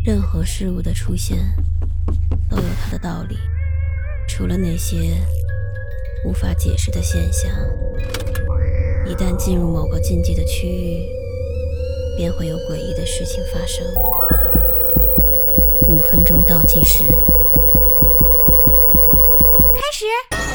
任何事物的出现都有它的道理，除了那些无法解释的现象，一旦进入某个禁忌的区域，便会有诡异的事情发生。5分钟倒计时，开始。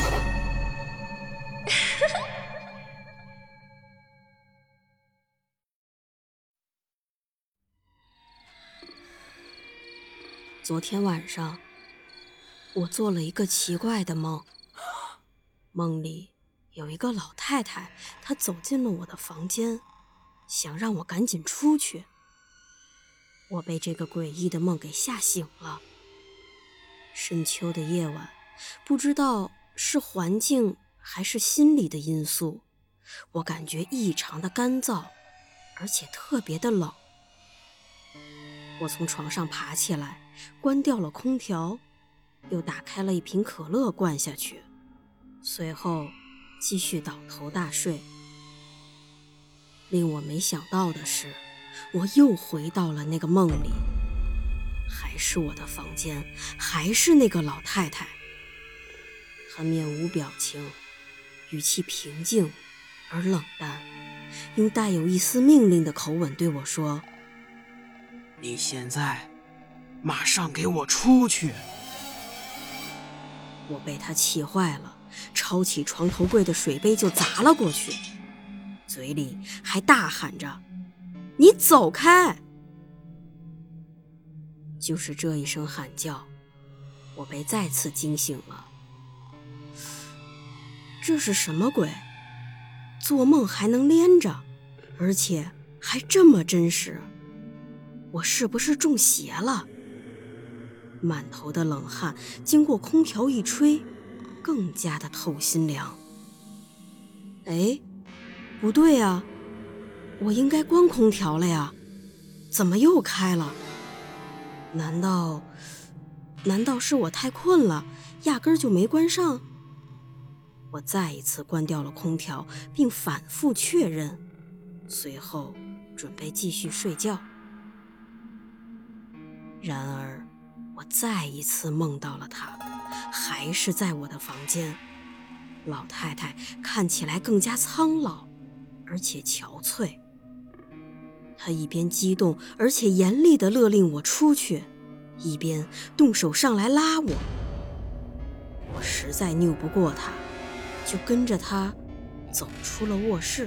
昨天晚上，我做了一个奇怪的梦。梦里有一个老太太，她走进了我的房间，想让我赶紧出去。我被这个诡异的梦给吓醒了。深秋的夜晚，不知道是环境还是心理的因素，我感觉异常的干燥，而且特别的冷。我从床上爬起来，关掉了空调，又打开了一瓶可乐灌下去，随后继续倒头大睡。令我没想到的是，我又回到了那个梦里，还是我的房间，还是那个老太太。她面无表情，语气平静而冷淡，用带有一丝命令的口吻对我说： 你现在马上给我出去！ 我被他气坏了，抄起床头柜的水杯就砸了过去，嘴里还大喊着：你走开！就是这一声喊叫，我被再次惊醒了。这是什么鬼？做梦还能连着，而且还这么真实。我是不是中邪了？满头的冷汗经过空调一吹，更加的透心凉。哎，不对啊，我应该关空调了呀，怎么又开了？难道是我太困了，压根儿就没关上？我再一次关掉了空调，并反复确认，随后准备继续睡觉。然而我再一次梦到了她，还是在我的房间。老太太看起来更加苍老，而且憔悴。她一边激动而且严厉地勒令我出去，一边动手上来拉我。我实在拗不过她，就跟着她走出了卧室。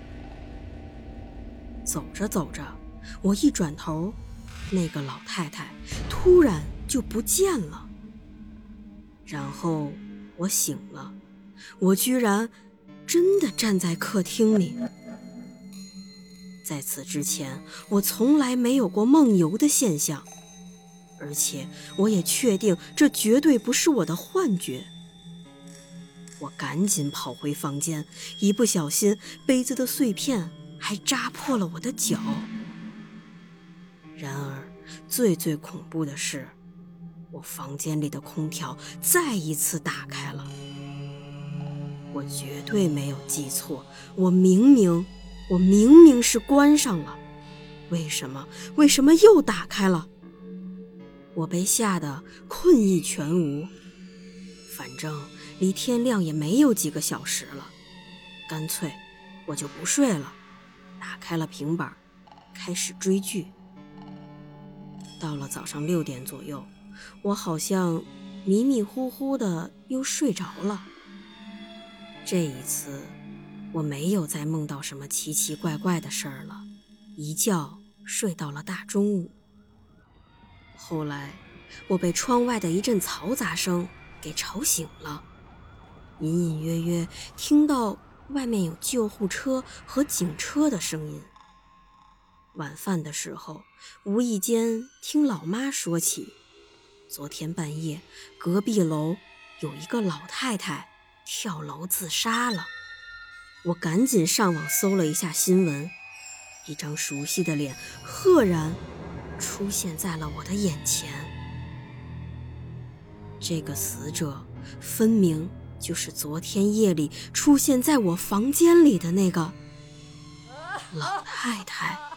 走着走着，我一转头，那个老太太突然就不见了。然后我醒了，我居然真的站在客厅里。在此之前，我从来没有过梦游的现象，而且我也确定这绝对不是我的幻觉。我赶紧跑回房间，一不小心杯子的碎片还扎破了我的脚。然而最恐怖的是，我房间里的空调再一次打开了。我绝对没有记错，我明明是关上了，为什么又打开了？我被吓得困意全无，反正离天亮也没有几个小时了，干脆我就不睡了，打开了平板，开始追剧。到了早上6点左右，我好像迷迷糊糊的又睡着了。这一次我没有再梦到什么奇奇怪怪的事儿了，一觉睡到了大中午。后来我被窗外的一阵嘈杂声给吵醒了，隐隐约约听到外面有救护车和警车的声音。晚饭的时候，无意间听老妈说起，昨天半夜隔壁楼有一个老太太跳楼自杀了。我赶紧上网搜了一下新闻，一张熟悉的脸赫然出现在了我的眼前。这个死者分明就是昨天夜里出现在我房间里的那个老太太。